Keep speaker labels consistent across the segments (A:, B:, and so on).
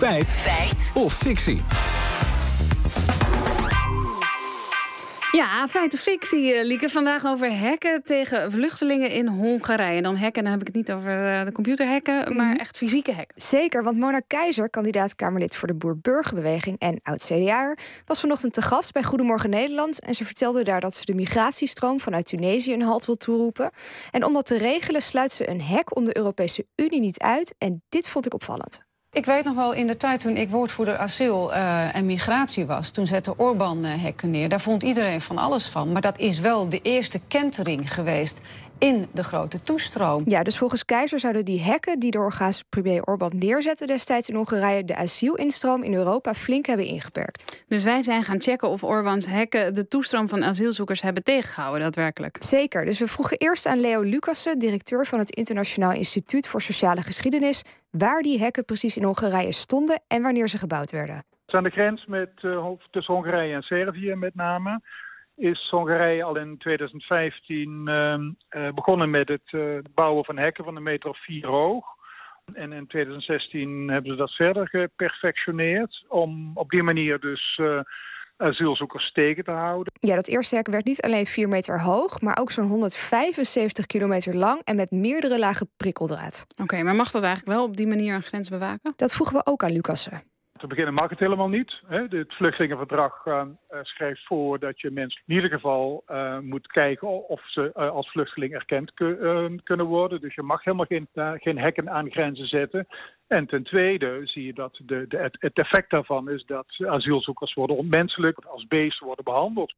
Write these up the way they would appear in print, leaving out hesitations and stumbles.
A: Feit of fictie?
B: Ja, feit of fictie, Lieke. Vandaag over hacken tegen vluchtelingen in Hongarije. En dan hacken, dan heb ik het niet over de computerhacken, maar echt fysieke hacken.
C: Zeker, want Mona Keizer, kandidaat-Kamerlid voor de Boer-Burgerbeweging en oud-CDA'er, was vanochtend te gast bij Goedemorgen Nederland. En ze vertelde daar dat ze de migratiestroom vanuit Tunesië een halt wil toeroepen. En om dat te regelen sluit ze een hek om de Europese Unie niet uit. En dit vond ik opvallend.
D: Ik weet nog wel in de tijd toen ik woordvoerder asiel en migratie was, toen zette Orbán hekken neer. Daar vond iedereen van alles van. Maar dat is wel de eerste kentering geweest in de grote toestroom.
C: Ja, dus volgens Keizer zouden die hekken die de Hongaarse premier Orbán neerzette destijds in Hongarije de asielinstroom in Europa flink hebben ingeperkt.
B: Dus wij zijn gaan checken of Orbáns hekken de toestroom van asielzoekers hebben tegengehouden, daadwerkelijk.
C: Zeker, dus we vroegen eerst aan Leo Lucassen, directeur van het Internationaal Instituut voor Sociale Geschiedenis, waar die hekken precies in Hongarije stonden en wanneer ze gebouwd werden.
E: Het is aan de grens tussen Hongarije en Servië met name. Is Hongarije al in 2015 begonnen met het bouwen van hekken van 1,4 meter hoog. En in 2016 hebben ze dat verder geperfectioneerd om op die manier dus asielzoekers tegen te houden.
C: Ja, dat eerste hek werd niet alleen 4 meter hoog, maar ook zo'n 175 kilometer lang en met meerdere lagen prikkeldraad.
B: Oké, maar mag dat eigenlijk wel op die manier een grens bewaken?
C: Dat vroegen we ook aan Lucassen.
E: Te beginnen mag het helemaal niet. Het vluchtelingenverdrag schrijft voor dat je mensen in ieder geval moet kijken of ze als vluchteling erkend kunnen worden. Dus je mag helemaal geen hekken aan grenzen zetten. En ten tweede zie je dat het effect daarvan is dat asielzoekers worden onmenselijk, als beesten worden behandeld.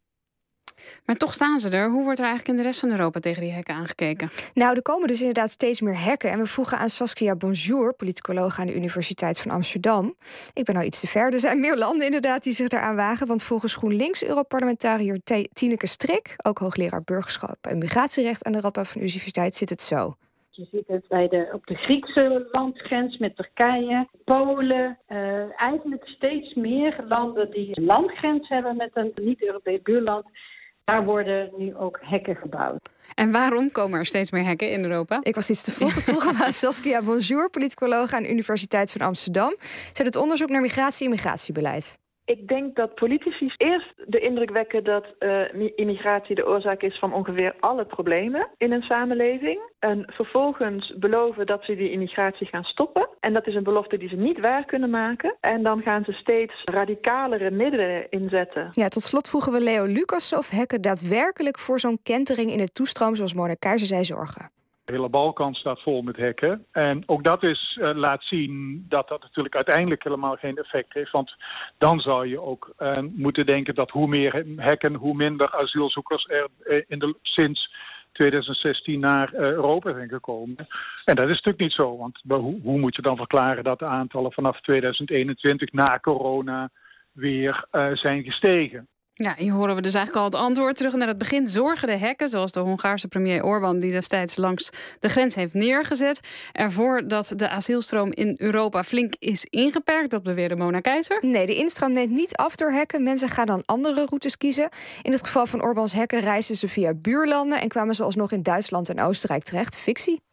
B: Maar toch staan ze er. Hoe wordt er eigenlijk in de rest van Europa tegen die hekken aangekeken?
C: Nou, er komen dus inderdaad steeds meer hekken. En we vroegen aan Saskia Bonjour, politicoloog aan de Universiteit van Amsterdam. Ik ben nou iets te ver. Er zijn meer landen inderdaad die zich daaraan wagen. Want volgens GroenLinks-Europarlementariër Tineke Strik, ook hoogleraar burgerschap en migratierecht aan de Radboud Universiteit, zit het zo.
F: Je ziet het op de Griekse landgrens met Turkije, Polen. Eigenlijk steeds meer landen die een landgrens hebben met een niet-Europees buurland. Daar worden nu ook hekken gebouwd.
B: En waarom komen er steeds meer hekken in Europa?
C: Ik was iets te vroeg. Het vroegen aan Saskia Bonjour, politicoloog aan de Universiteit van Amsterdam. Ze doet onderzoek naar migratie en migratiebeleid.
G: Ik denk dat politici eerst de indruk wekken dat immigratie de oorzaak is van ongeveer alle problemen in een samenleving. En vervolgens beloven dat ze die immigratie gaan stoppen. En dat is een belofte die ze niet waar kunnen maken. En dan gaan ze steeds radicalere middelen inzetten.
C: Ja, tot slot vroegen we Leo Lucassen of hekken daadwerkelijk voor zo'n kentering in de toestroom, zoals Mona Keizer zei, zorgen.
E: De hele Balkan staat vol met hekken. En ook dat laat zien dat dat natuurlijk uiteindelijk helemaal geen effect heeft. Want dan zou je ook moeten denken dat hoe meer hekken, hoe minder asielzoekers er sinds 2016 naar Europa zijn gekomen. En dat is natuurlijk niet zo. Want hoe moet je dan verklaren dat de aantallen vanaf 2021 na corona weer zijn gestegen?
B: Ja, hier horen we dus eigenlijk al het antwoord. Terug naar het begin zorgen de hekken, zoals de Hongaarse premier Orbán, die destijds langs de grens heeft neergezet, ervoor dat de asielstroom in Europa flink is ingeperkt. Dat beweerde Mona Keizer.
C: Nee, de instroom neemt niet af door hekken. Mensen gaan dan andere routes kiezen. In het geval van Orbáns hekken reisden ze via buurlanden en kwamen ze alsnog in Duitsland en Oostenrijk terecht. Fictie.